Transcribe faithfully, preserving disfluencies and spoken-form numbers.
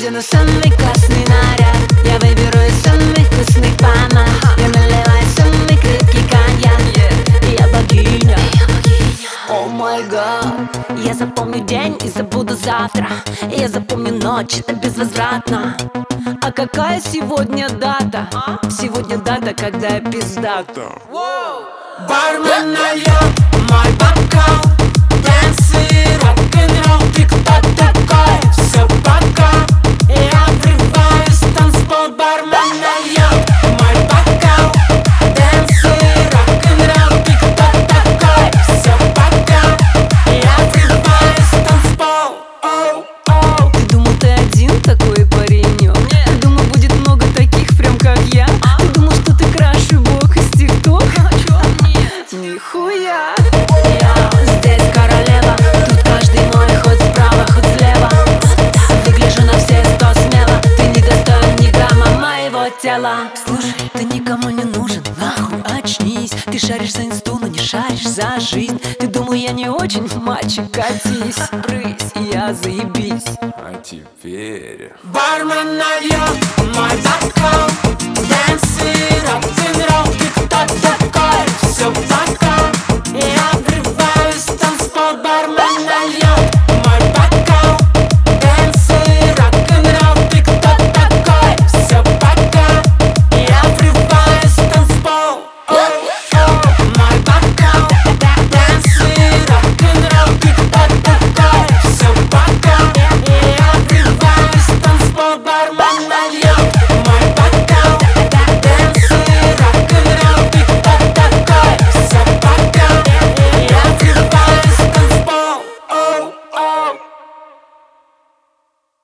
надену самый классный наряд. Я выберу из самых вкусных помад. Я наливаю самый крепкий коньяк. Я богиня, о май гад. Я запомню день и забуду завтра. Я запомню ночь, это безвозвратно. А какая сегодня дата? Сегодня дата, когда я пиздата. Бармен нальет мой бокал. Дэнсы, рок-н-ролл, ты кто такой? Все пока. Я врываюсь в танцпол. Бармен нальет мой бокал. Дэнсы, рок-н-ролл, ты кто такой? Все пока. Я врываюсь в танцпол. Оу, оу. Ты думал, ты один такой паренек? Ты думал, будет много таких, прям как я? Ты думал, что ты краше бог из ТикТок? Нихуя! Здесь королева, тут каждый мой, хоть справа, хоть слева. Выгляжу на все сто смело. Ты не достоин ни грамма моего тела. Слушай, ты никому не нужен, нахуй очнись. Ты шаришь за инсту, но не шаришь за жизнь. Ты думал, я не очень мальчик, катись, брысь, я заебись. А теперь Бармен нальет мой бокал. Дэнсы, рок-н-ролл, ты кто такой? Все